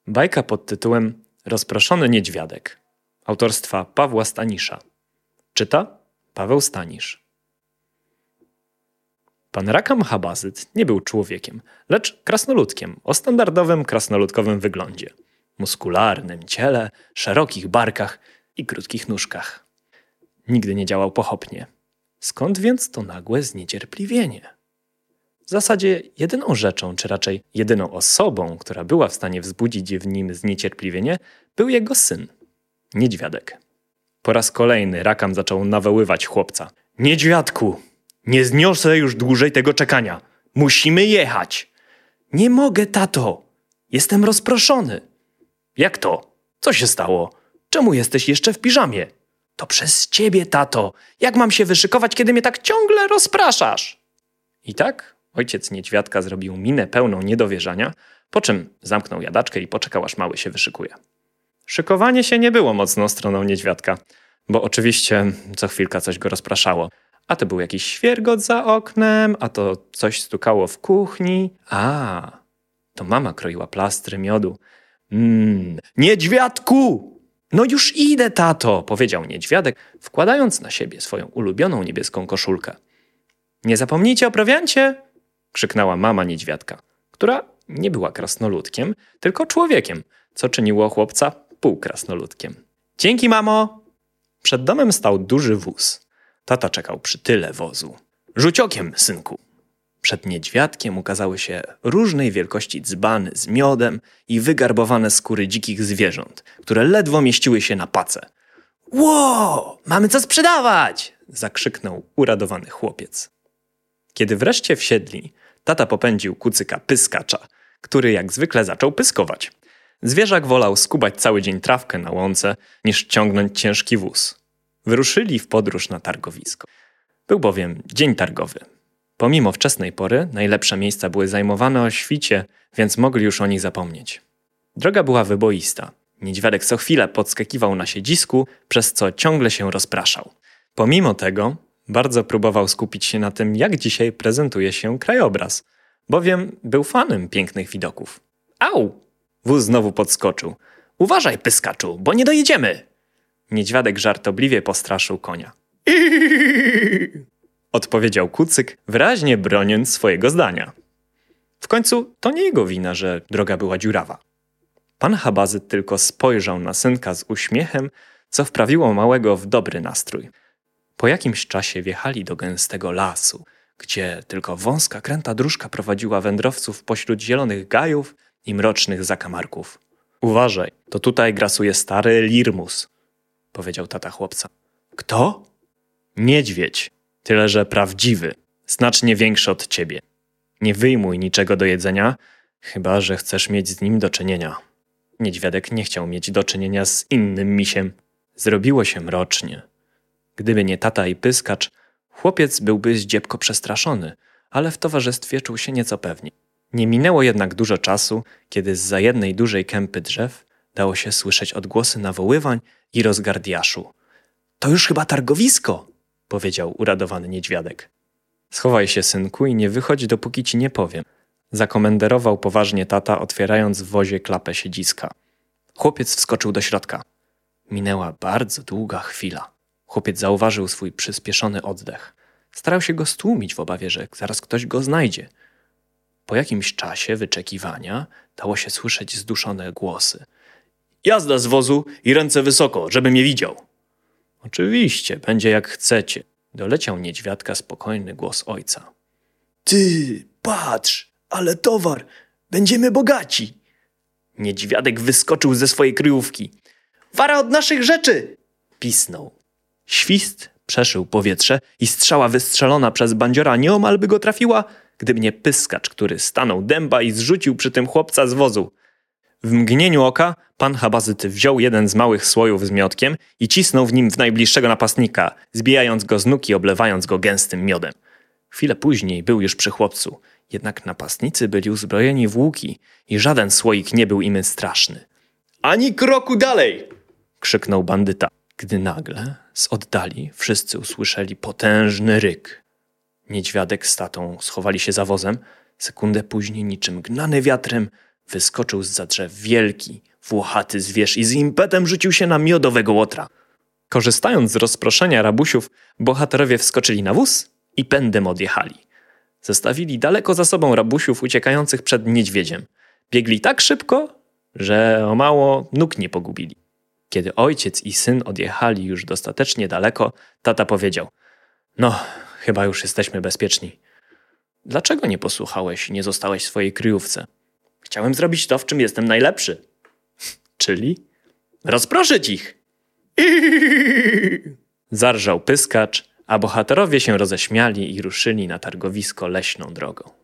Bajka pod tytułem Rozproszony niedźwiadek autorstwa Pawła Stanisza. Czyta Paweł Stanisz. Pan Rakam Habazyt nie był człowiekiem, lecz krasnoludkiem o standardowym krasnoludkowym wyglądzie. Muskularnym ciele, szerokich barkach i krótkich nóżkach. Nigdy nie działał pochopnie. Skąd więc to nagłe zniecierpliwienie? W zasadzie jedyną rzeczą, czy raczej jedyną osobą, która była w stanie wzbudzić w nim zniecierpliwienie, był jego syn, niedźwiadek. Po raz kolejny Rakam zaczął nawoływać chłopca. Niedźwiadku, nie zniosę już dłużej tego czekania. Musimy jechać. Nie mogę, tato. Jestem rozproszony. Jak to? Co się stało? Czemu jesteś jeszcze w piżamie? To przez ciebie, tato. Jak mam się wyszykować, kiedy mnie tak ciągle rozpraszasz? I tak ojciec niedźwiadka zrobił minę pełną niedowierzania, po czym zamknął jadaczkę i poczekał, aż mały się wyszykuje. Szykowanie się nie było mocną stroną niedźwiadka, bo oczywiście co chwilka coś go rozpraszało. A to był jakiś świergot za oknem, a to coś stukało w kuchni. To mama kroiła plastry miodu. Niedźwiadku! No już idę, tato, powiedział niedźwiadek, wkładając na siebie swoją ulubioną niebieską koszulkę. Nie zapomnijcie o prowiancie! Krzyknęła mama niedźwiadka, która nie była krasnoludkiem, tylko człowiekiem, co czyniło chłopca półkrasnoludkiem. Dzięki, mamo! Przed domem stał duży wóz. Tata czekał przy tyle wozu. Rzuć okiem, synku! Przed niedźwiadkiem ukazały się różnej wielkości dzbany z miodem i wygarbowane skóry dzikich zwierząt, które ledwo mieściły się na pace. Ło! Mamy co sprzedawać! Zakrzyknął uradowany chłopiec. Kiedy wreszcie wsiedli, tata popędził kucyka Pyskacza, który jak zwykle zaczął pyskować. Zwierzak wolał skubać cały dzień trawkę na łące, niż ciągnąć ciężki wóz. Wyruszyli w podróż na targowisko. Był bowiem dzień targowy. Pomimo wczesnej pory, najlepsze miejsca były zajmowane o świcie, więc mogli już o nich zapomnieć. Droga była wyboista. Niedźwiadek co chwilę podskakiwał na siedzisku, przez co ciągle się rozpraszał. Pomimo tego bardzo próbował skupić się na tym, jak dzisiaj prezentuje się krajobraz, bowiem był fanem pięknych widoków. Au! Wóz znowu podskoczył. Uważaj, Pyskaczu, bo nie dojedziemy! Niedźwiadek żartobliwie postraszył konia. Odpowiedział kucyk, wyraźnie broniąc swojego zdania. W końcu to nie jego wina, że droga była dziurawa. Pan Habazyt tylko spojrzał na synka z uśmiechem, co wprawiło małego w dobry nastrój. Po jakimś czasie wjechali do gęstego lasu, gdzie tylko wąska, kręta dróżka prowadziła wędrowców pośród zielonych gajów i mrocznych zakamarków. Uważaj, to tutaj grasuje stary Lirmus, powiedział tata chłopca. Kto? Niedźwiedź, tyle że prawdziwy, znacznie większy od ciebie. Nie wyjmuj niczego do jedzenia, chyba że chcesz mieć z nim do czynienia. Niedźwiadek nie chciał mieć do czynienia z innym misiem. Zrobiło się mrocznie. Gdyby nie tata i Pyskacz, chłopiec byłby zdziepko przestraszony, ale w towarzystwie czuł się nieco pewniej. Nie minęło jednak dużo czasu, kiedy zza jednej dużej kępy drzew dało się słyszeć odgłosy nawoływań i rozgardiaszu. To już chyba targowisko, powiedział uradowany niedźwiadek. Schowaj się, synku, i nie wychodź, dopóki ci nie powiem, zakomenderował poważnie tata, otwierając w wozie klapę siedziska. Chłopiec wskoczył do środka. Minęła bardzo długa chwila. Chłopiec zauważył swój przyspieszony oddech. Starał się go stłumić w obawie, że zaraz ktoś go znajdzie. Po jakimś czasie wyczekiwania dało się słyszeć zduszone głosy. Jazda z wozu i ręce wysoko, żeby mnie widział. Oczywiście, będzie jak chcecie. Doleciał niedźwiadka spokojny głos ojca. Ty, patrz, ale towar, będziemy bogaci. Niedźwiadek wyskoczył ze swojej kryjówki. Wara od naszych rzeczy! Pisnął. Świst przeszył powietrze i strzała wystrzelona przez bandziora nieomal by go trafiła, gdyby nie Pyskacz, który stanął dęba i zrzucił przy tym chłopca z wozu. W mgnieniu oka pan Habazyt wziął jeden z małych słojów z miodkiem i cisnął w nim w najbliższego napastnika, zbijając go z nóg i oblewając go gęstym miodem. Chwilę później był już przy chłopcu, jednak napastnicy byli uzbrojeni w łuki i żaden słoik nie był im straszny. Ani kroku dalej! Krzyknął bandyta, gdy nagle z oddali wszyscy usłyszeli potężny ryk. Niedźwiadek z tatą schowali się za wozem, sekundę później niczym gnany wiatrem Wyskoczył zza drzew wielki, włochaty zwierz i z impetem rzucił się na miodowego łotra. Korzystając z rozproszenia rabusiów, bohaterowie wskoczyli na wóz i pędem odjechali. Zostawili daleko za sobą rabusiów uciekających przed niedźwiedziem. Biegli tak szybko, że o mało nóg nie pogubili. Kiedy ojciec i syn odjechali już dostatecznie daleko, tata powiedział: no, chyba już jesteśmy bezpieczni. Dlaczego nie posłuchałeś i nie zostałeś w swojej kryjówce? Chciałem zrobić to, w czym jestem najlepszy. Czyli? Rozproszyć ich! Zarżał pyskacz, a bohaterowie się roześmiali i ruszyli na targowisko leśną drogą.